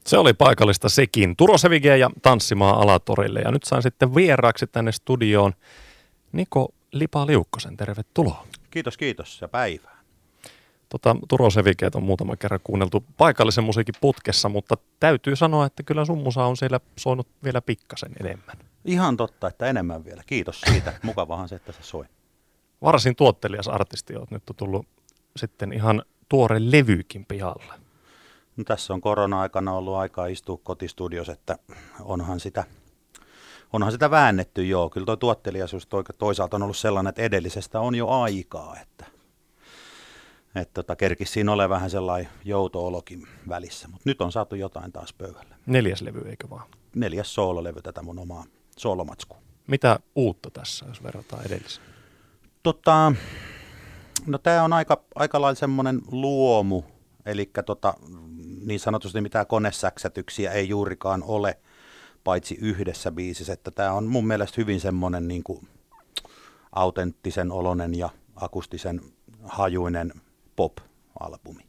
Se oli paikallista sekin. Turo Sevige ja Tanssimaa Alatorille. Ja nyt sain sitten vieraaksi tänne studioon Niko Lipa-Liukkosen. Tervetuloa. Kiitos ja päivää. Turo Sevigeet on muutaman kerran kuunneltu paikallisen musiikin putkessa, mutta täytyy sanoa, että kyllä sun musa on siellä soinut vielä pikkasen enemmän. Ihan totta, että enemmän vielä. Kiitos siitä. Mukavahan se, että se soi. Varsin tuottelias artisti oot. Nyt on tullut sitten ihan tuore levyykin pihalle. No, tässä on korona-aikana ollut aikaa istua kotistudios, että onhan sitä väännetty joo. Kyllä tuo tuotteliaisuus toisaalta on ollut sellainen, että edellisestä on jo aikaa, että kerkisi siinä ole vähän sellainen jouto-olokin välissä, mutta nyt on saatu jotain taas pöydälle. 4. levy, eikö vaan? 4. soololevy tätä mun omaa soolomatskua. Mitä uutta tässä, jos verrataan edelliseen? No tämä on aika lailla semmoinen luomu, eli niin sanotusti mitään konesäksätyksiä ei juurikaan ole, paitsi yhdessä biisissä, että tämä on mun mielestä hyvin semmoinen niin kuin autenttisen oloinen ja akustisen hajuinen pop-albumi.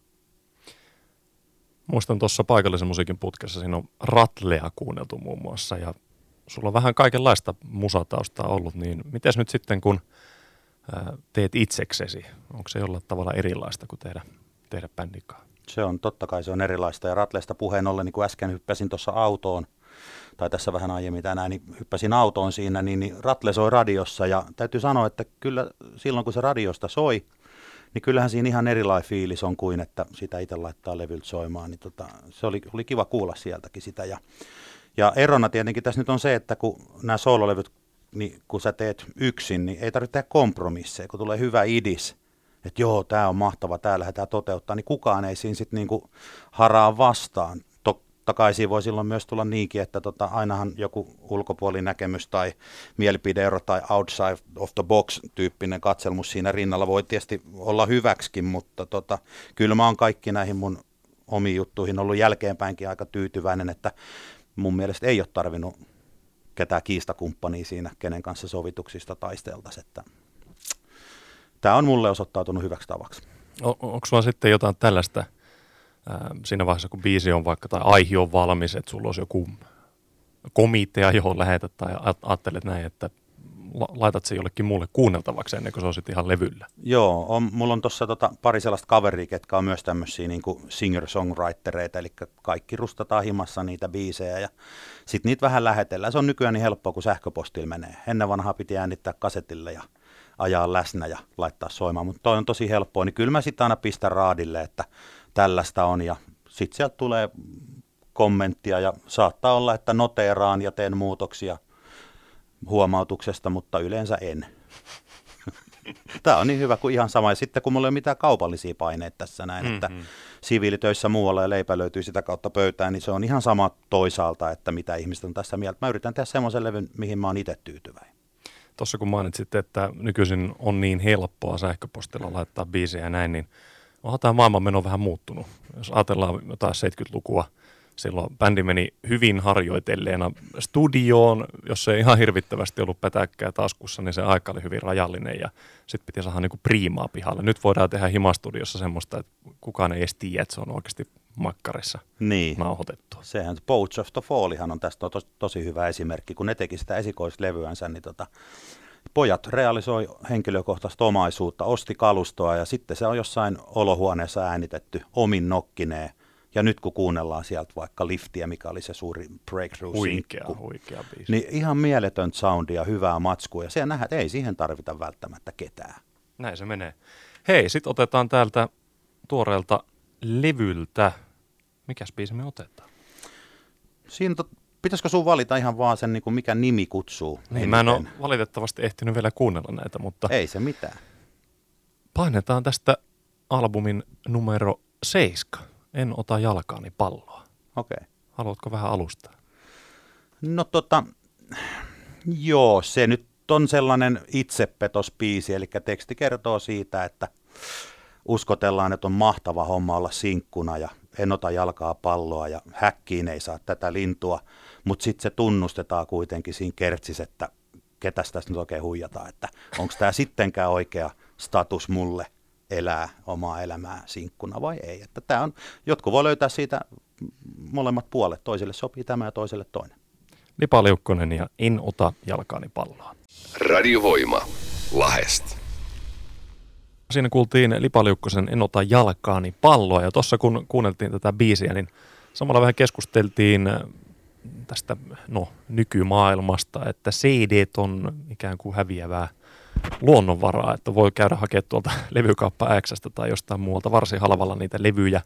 Muistan tuossa paikallisen musiikin putkessa, siinä on Ratlea kuunneltu muun muassa, ja sulla on vähän kaikenlaista musataustaa ollut, niin mites nyt sitten, kun teet itseksesi, onko se jollain tavalla erilaista kuin tehdä bändikaa? Se on, totta kai se on erilaista, ja Ratleesta puheen ollen, niin kuin äsken hyppäsin tuossa autoon, tai tässä vähän aiemmin tänään, niin hyppäsin autoon siinä, niin Ratle soi radiossa, ja täytyy sanoa, että kyllä silloin kun se radiosta soi, niin kyllähän siinä ihan erilainen fiilis on kuin, että sitä itse laittaa levyltä soimaan, niin se oli kiva kuulla sieltäkin sitä, ja erona tietenkin tässä nyt on se, että kun nämä soololevyt, niin kun sä teet yksin, niin ei tarvitse tehdä kompromisseja, kun tulee hyvä idis, että joo, tämä on mahtava, tämä lähdetään toteuttaa, niin kukaan ei siinä sitten niinku haraa vastaan. Totta kai siinä voi silloin myös tulla niinkin, että ainahan joku ulkopuolinäkemys tai mielipideero tai outside of the box -tyyppinen katselmus siinä rinnalla voi tietysti olla hyväksikin, mutta kyllä mä oon kaikki näihin mun omiin juttuihin ollut jälkeenpäinkin aika tyytyväinen, että mun mielestä ei ole tarvinnut ketään kiistakumppania siinä, kenen kanssa sovituksista taisteltaisiin, että tämä on mulle osoittautunut hyväksi tavaksi. Onko sulla sitten jotain tällaista siinä vaiheessa, kun biisi on vaikka tai aihe on valmis, että sulla olisi joku komitea, johon lähetät tai ajattelet näin, että laitat se jollekin muulle kuunneltavaksi ennen kuin se on sitten ihan levyllä? Joo, mulla on tuossa pari sellaista kaveria, ketkä on myös tämmöisiä niin kuin singer-songwritereita, eli kaikki rustataan himassa niitä biisejä ja sitten niitä vähän lähetellään. Se on nykyään niin helppoa, kun sähköpostilla menee. Ennen vanhaa piti äänittää kasetille ja ajaa läsnä ja laittaa soimaan, mutta toi on tosi helppoa, niin kyllä mä sitten aina pistän raadille, että tällaista on ja sitten sieltä tulee kommenttia ja saattaa olla, että noteeraan ja teen muutoksia huomautuksesta, mutta yleensä en. Tämä on niin hyvä kuin ihan sama. Ja sitten kun mulla ei ole mitään kaupallisia paineita tässä näin, että siviilitöissä muualla ja leipä löytyy sitä kautta pöytään, niin se on ihan sama toisaalta, että mitä ihmiset on tässä mieltä. Mä yritän tehdä semmoisen levyn, mihin mä oon itse tyytyväinen. Tuossa kun mainitsit, että nykyisin on niin helppoa sähköpostilla laittaa biisejä ja näin, niin onhan tämä maailmanmeno vähän muuttunut. Jos ajatellaan jotain 70-lukua, silloin bändi meni hyvin harjoitelleena studioon, jos ei ihan hirvittävästi ollut pätäkkää taskussa, niin se aika oli hyvin rajallinen ja sitten piti saada niinku priimaa pihalle. Nyt voidaan tehdä himastudiossa semmoista, että kukaan ei edes tiedä, että se on oikeasti makkarissa nauhoitettu. Sehän Poets of the Fallihan on tästä tosi hyvä esimerkki, kun ne teki sitä esikoislevyänsä, niin pojat realisoi henkilökohtaista omaisuutta, osti kalustoa ja sitten se on jossain olohuoneessa äänitetty omin nokkineen. Ja nyt kun kuunnellaan sieltä vaikka Liftiä, mikä oli se suuri breakthrough-sinkku, huikea biisi. niin ihan mieletön soundia, hyvää matskua ja siellä nähdään, että ei siihen tarvita välttämättä ketään. Näin se menee. Hei, sit otetaan täältä tuoreelta levyltä. Mikäs biisi me otetaan? Siinä pitäisikö sun valita ihan vaan sen, niin kuin mikä nimi kutsuu? Niin, mä en ole valitettavasti ehtinyt vielä kuunnella näitä, mutta ei se mitään. Painetaan tästä albumin numero 7. En ota jalkaani palloa. Okei. Haluatko vähän alustaa? No joo, se nyt on sellainen itsepetosbiisi, eli teksti kertoo siitä, että uskotellaan, että on mahtava homma olla sinkkuna ja en ota jalkaa palloa ja häkkiin ei saa tätä lintua, mutta sitten se tunnustetaan kuitenkin siinä kertsissä, että ketäs tässä nyt oikein huijataan, että onko tämä sittenkään oikea status mulle elää omaa elämää sinkkuna vai ei. Että tämä on, jotkut voi löytää siitä molemmat puolet. Toiselle sopii tämä ja toiselle toinen. Lipa Liukkonen ja En ota jalkaani palloa. Radiovoima Lahdesta. Siinä kuultiin Lipa Liukkosen En ota jalkaani palloa, ja tuossa kun kuunneltiin tätä biisiä, niin samalla vähän keskusteltiin tästä nykymaailmasta, että CD:t on ikään kuin häviävää luonnonvaraa, että voi käydä hakemaan tuolta levykauppa X:stä tai jostain muualta varsin halvalla niitä levyjä.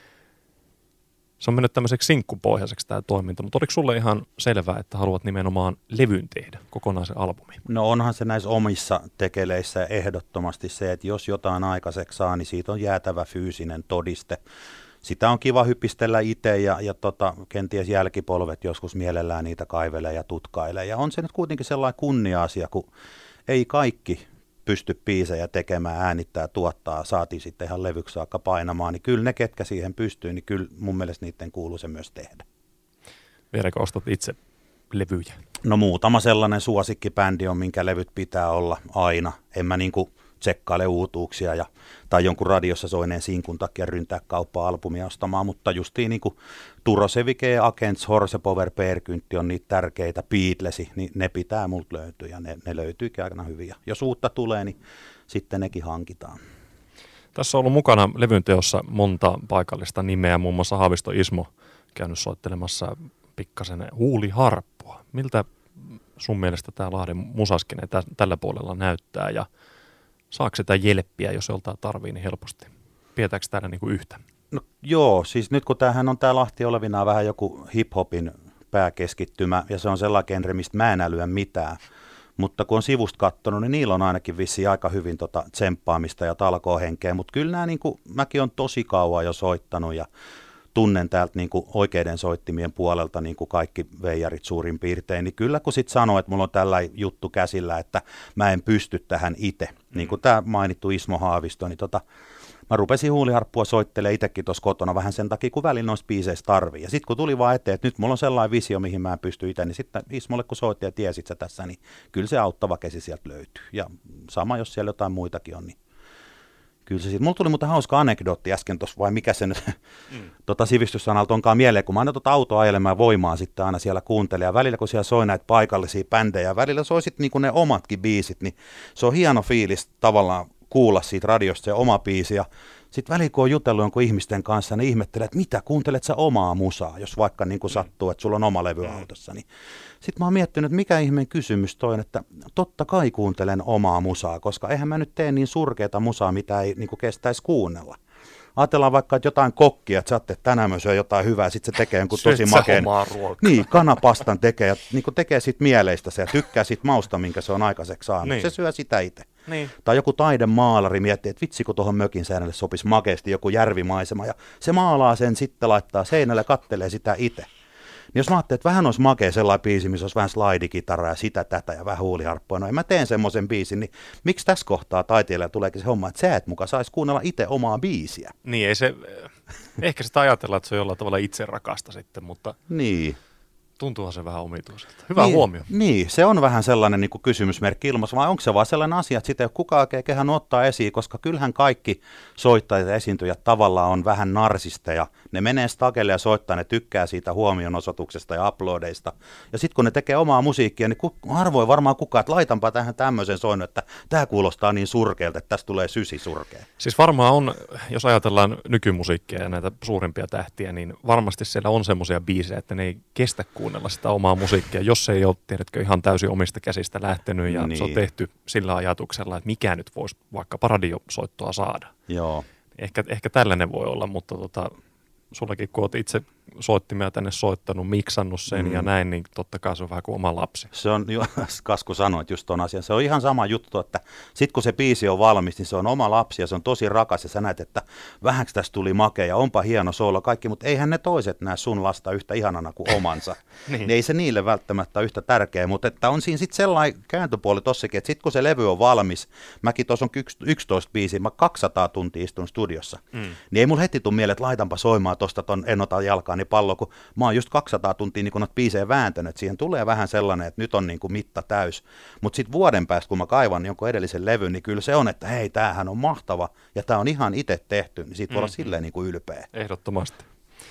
Se on mennyt tämmöiseksi sinkkupohjaiseksi tämä toiminta, mutta oliko sulle ihan selvää, että haluat nimenomaan levyn tehdä, kokonaisen albumin? No onhan se näissä omissa tekeleissä ehdottomasti se, että jos jotain aikaiseksi saa, niin siitä on jäätävä fyysinen todiste. Sitä on kiva hypistellä itse ja kenties jälkipolvet joskus mielellään niitä kaivelee ja tutkailee. Ja on se nyt kuitenkin sellainen kunnia-asia, kun ei kaikki pysty biisejä tekemään, äänittää, tuottaa, saatiin sitten ihan levyksi saakka painamaan, niin kyllä ne, ketkä siihen pystyy, niin kyllä mun mielestä niiden kuuluu se myös tehdä. Vieläkö ostat itse levyjä? No muutama sellainen suosikkibändi on, minkä levyt pitää olla aina. En mä niinku tsekkaile uutuuksia tai jonkun radiossa soineen sinkun takia ryntää kauppaa-albumia ostamaan, mutta justiin niinku Turo Sevike, Agents, Horse Power, Perkyntti on niitä tärkeitä, Beatlesi, niin ne pitää multa löytyä ja ne löytyykin aina hyviä. Jos uutta tulee, niin sitten nekin hankitaan. Tässä on ollut mukana levyn teossa monta paikallista nimeä, muun muassa Haavisto Ismo käynyt soittelemassa pikkasen huuliharppua. Miltä sun mielestä tämä Lahden musaskene tällä puolella näyttää ja saako sitä jelppiä, jos joltain tarvii, niin helposti? Pidetäänkö täällä niinku yhtä? No joo, siis nyt kun tämähän on tää Lahti olevinaan vähän joku hip-hopin pääkeskittymä ja se on sellainen genre, mistä mä en älyä mitään. Mutta kun on sivusta katsonut, niin niillä on ainakin vissiin aika hyvin tsemppaamista ja talkoohenkeä. Mutta kyllä nämä, mäkin olen tosi kauan jo soittanut ja tunnen täältä oikeiden soittimien puolelta kaikki veijarit suurin piirtein. Niin kyllä kun sitten sanoo, että mulla on tällainen juttu käsillä, että mä en pysty tähän itse. Niin kuin tämä mainittu Ismo Haavisto, niin mä rupesin huuliharppua soittelemaan itsekin tuossa kotona vähän sen takia, kun välillä noista biiseistä tarvii. Ja sitten kun tuli vaan eteen, että nyt mulla on sellainen visio, mihin mä en pysty itse, niin sitten Ismolle kun soitti ja tiesit sä tässä, niin kyllä se auttava käsi sieltä löytyy. Ja sama, jos siellä jotain muitakin on, niin kyllä se siitä. Mulla tuli muuten hauska anekdootti äsken tuossa, vai mikä se nyt sivistyssanalta onkaan mieleen, kun mä aina autoa ajelemaan voimaa sitten aina siellä kuuntelin, ja välillä kun siellä soi näitä paikallisia bändejä, välillä soi sitten ne omatkin biisit, niin se on hieno fiilis tavallaan kuulla siitä radiosta se oma biisi, ja sitten välillä kun on jutellut jonkun ihmisten kanssa, niin ihmettelee, että mitä, kuuntelet sä omaa musaa, jos vaikka sattuu, että sulla on oma levy autossa, niin sitten mä oon miettinyt, että mikä ihmeen kysymys toi on, että totta kai kuuntelen omaa musaa, koska eihän mä nyt tee niin surkeata musaa, mitä ei kestäisi kuunnella. Ajatellaan vaikka, että jotain kokkia, että sä että tänään mä syön jotain hyvää, sitten se tekee jonkun tosi makeen. Niin, kanapastan tekee ja tekee siitä mieleistä se ja tykkää siitä mausta, minkä se on aikaiseksi saanut. Niin. Se syö sitä itse. Niin. Tai joku taidemaalari miettii, että vitsi kun tuohon mökin seinälle sopisi makeasti joku järvimaisema ja se maalaa sen sitten laittaa seinälle ja kattelee sitä itse. Niin jos mä ajattelin, että vähän olisi makea sellainen biisi, missä olisi vähän slidikitaraa ja sitä, tätä ja vähän huuliharppua, no en mä teen semmoisen biisin, niin miksi tässä kohtaa taiteilija tuleekin se homma, että sä et muka saisi kuunnella itse omaa biisiä? Niin, ei se, ehkä sitä ajatellaan, että se on jollain tavalla itse rakasta sitten, mutta niin. Tuntuuhan se vähän omituiselta. Hyvä huomio. Niin, se on vähän sellainen kysymysmerkki ilmassa, vai onko se vaan sellainen asia, että sitä ei ole kukaan oikein kehän ottaa esiin, koska kyllähän kaikki soittajat ja esiintyjät tavallaan on vähän narsisteja. Ne menee stakelle ja soittaa, ne tykkää siitä huomionosoituksesta ja uploadeista. Ja sitten kun ne tekee omaa musiikkia, niin harvoin varmaan kukaan, että laitanpa tähän tämmöisen soinnon, että tämä kuulostaa niin surkealta, että tästä tulee sysi surkea. Siis varmaan on, jos ajatellaan nykymusiikkia ja näitä suurimpia tähtiä, niin varmasti siellä on semmoisia biisejä, että ne ei kestä kuunnella sitä omaa musiikkia, jos se ei ole, tiedätkö, ihan täysin omista käsistä lähtenyt ja niin. Se on tehty sillä ajatuksella, että mikä nyt voisi vaikka radiosoittoa saada. Joo. Ehkä tällainen voi olla, mutta sullakin kun olet itse soittimia tänne soittanut, miksannut sen ja näin, niin totta kai se on vähän kuin oma lapsi. Se on, Kasku sanoi just ton asian, se on ihan sama juttu, että sit kun se biisi on valmis, niin se on oma lapsi ja se on tosi rakas ja sä näet, että vähäksi tästä tuli makea ja onpa hieno soolo kaikki, mutta eihän ne toiset näe sun lasta yhtä ihanana kuin omansa. Niin ei se niille välttämättä yhtä tärkeä, mutta että on siinä sitten sellainen kääntöpuoli tossakin, että sit kun se levy on valmis, mäkin tuossa on 11 biisiä, mä 200 tuntia istun studiossa, niin ei mulla heti tule mieleen, että laitanpa soimaan tosta ton En ota jalkaani pallo, kun mä oon just 200 tuntia niin noita biisejä vääntänyt, että siihen tulee vähän sellainen, että nyt on niin kuin mitta täys. Mutta sitten vuoden päästä, kun mä kaivan jonkun edellisen levyn, niin kyllä se on, että hei, tämähän on mahtava ja tämä on ihan itse tehty, niin siitä voi olla silleen niin kuin ylpeä. Ehdottomasti.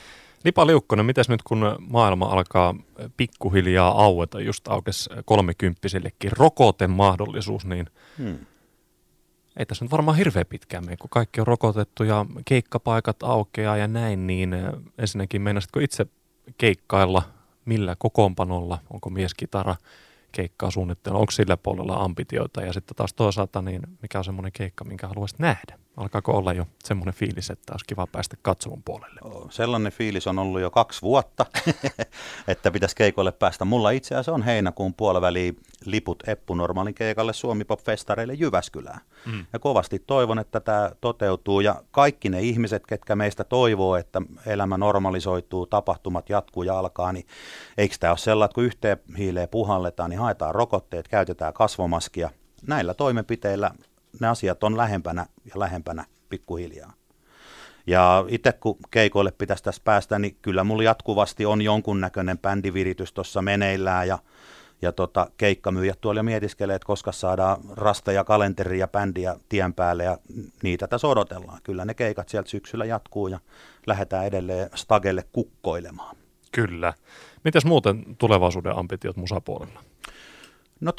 Lipa Liukkonen, mitäs nyt kun maailma alkaa pikkuhiljaa aueta, just aukesi 30-sillekin rokotemahdollisuus, niin ei tässä nyt varmaan hirveän pitkään mene, kun kaikki on rokotettu ja keikkapaikat aukeaa ja näin, niin ensinnäkin meinasitko itse keikkailla millä kokoonpanolla, onko mieskitara keikkaa suunnitteilla, onko sillä puolella ambitioita ja sitten taas toisaalta, niin mikä on semmoinen keikka, minkä haluaisit nähdä? Alkaako olla jo semmoinen fiilis, että olisi kiva päästä katsomon puolelle? Sellainen fiilis on ollut jo 2 vuotta, että pitäisi keikoille päästä. Mulla itse asiassa on heinäkuun puoliväliin liput Eppu-normaalin keikalle Suomi-pop-festareille Jyväskylään. Ja kovasti toivon, että tämä toteutuu ja kaikki ne ihmiset, ketkä meistä toivoo, että elämä normalisoituu, tapahtumat jatkuu ja alkaa, niin eikö tämä ole sellainen, että kun yhteen hiileen puhalletaan, niin haetaan rokotteet, käytetään kasvomaskia. Näillä toimenpiteillä ne asiat on lähempänä ja lähempänä pikkuhiljaa. Ja itse kun keikoille pitäisi tässä päästä, niin kyllä mulla jatkuvasti on jonkunnäköinen bändiviritys tuossa meneillään ja keikkamyyjät tuolla jo mietiskelee, että koska saadaan rasteja, kalenteria ja bändiä tien päälle ja niitä tässä odotellaan. Kyllä ne keikat sieltä syksyllä jatkuu ja lähdetään edelleen stagelle kukkoilemaan. Kyllä. Mitäs muuten tulevaisuuden ambitiot musapuolella? No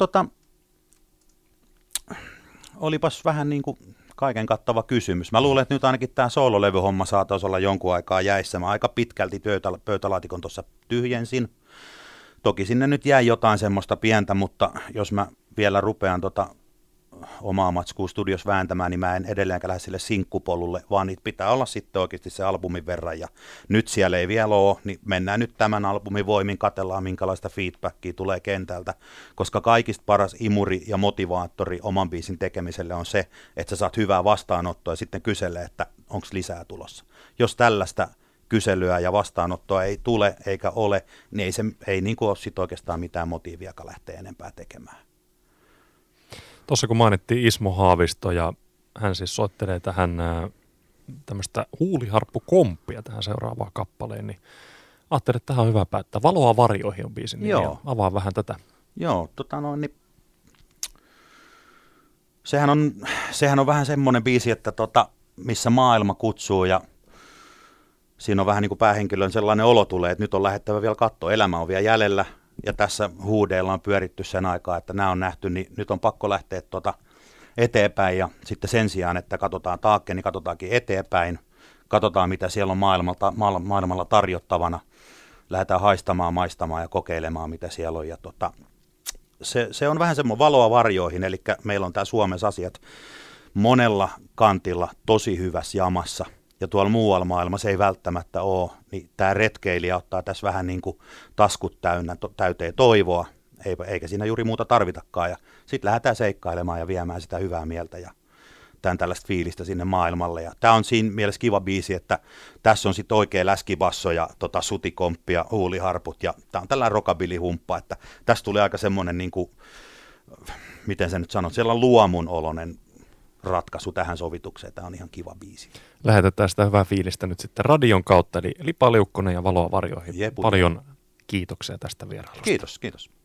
olipas vähän niin kuin kaiken kattava kysymys. Mä luulen, että nyt ainakin tämä soololevyhomma saataisiin olla jonkun aikaa jäissä. Mä aika pitkälti pöytälaatikon tuossa tyhjensin. Toki sinne nyt jäi jotain semmoista pientä, mutta jos mä vielä rupean omaa matskua studios vääntämään, niin mä en edelleenkään lähde sille sinkkupolulle, vaan niitä pitää olla sitten oikeasti se albumin verran. Ja nyt siellä ei vielä ole, niin mennään nyt tämän albumin voimin, katsellaan minkälaista feedbackia tulee kentältä, koska kaikista paras imuri ja motivaattori oman biisin tekemiselle on se, että sä saat hyvää vastaanottoa ja sitten kyselee, että onko lisää tulossa. Jos tällaista kyselyä ja vastaanottoa ei tule eikä ole, niin ei niin kuin ole sit oikeastaan mitään motiiviakaan lähteä enempää tekemään. Tuossa kun mainittiin Ismo Haavisto ja hän siis soittelee tähän tämmöistä huuliharppukomppia tähän seuraavaan kappaleen, niin ajattelin, että tähän on hyvä päättää. Valoa varjoihin on biisin nimi. Avaa vähän tätä. Joo, niin sehän on vähän semmoinen biisi, että missä maailma kutsuu ja siinä on vähän niin kuin päähenkilön sellainen olo tulee, että nyt on lähdettävä vielä katsoa, elämä on vielä jäljellä. Ja tässä huudeilla on pyöritty sen aikaa, että nämä on nähty, niin nyt on pakko lähteä eteenpäin. Ja sitten sen sijaan, että katsotaan taakke, niin katsotaankin eteenpäin. Katsotaan, mitä siellä on maailmalla tarjottavana. Lähdetään haistamaan, maistamaan ja kokeilemaan, mitä siellä on. Ja se on vähän semmoinen valoa varjoihin, eli meillä on tää Suomessa asiat monella kantilla tosi hyvässä jamassa. Ja tuolla muualla maailmassa ei välttämättä ole, niin tämä retkeilijä ottaa tässä vähän niin kuin taskut täyteen toivoa, eikä siinä juuri muuta tarvitakaan. Ja sitten lähdetään seikkailemaan ja viemään sitä hyvää mieltä ja tämän tällaista fiilistä sinne maailmalle. Ja tämä on siinä mielessä kiva biisi, että tässä on sitten oikea läskibasso ja sutikomppi ja huuliharput. Ja tämä on tällainen rockabilly-humppa, että tässä tulee aika semmoinen, niin kuin, miten se nyt sanoo, sellainen luomun oloinen ratkaisu tähän sovitukseen. Tämä on ihan kiva biisi. Lähetetään sitä hyvää fiilistä nyt sitten radion kautta, eli Lipa Liukkonen ja Valoa varjoihin. Paljon kiitoksia tästä vierailusta. Kiitos.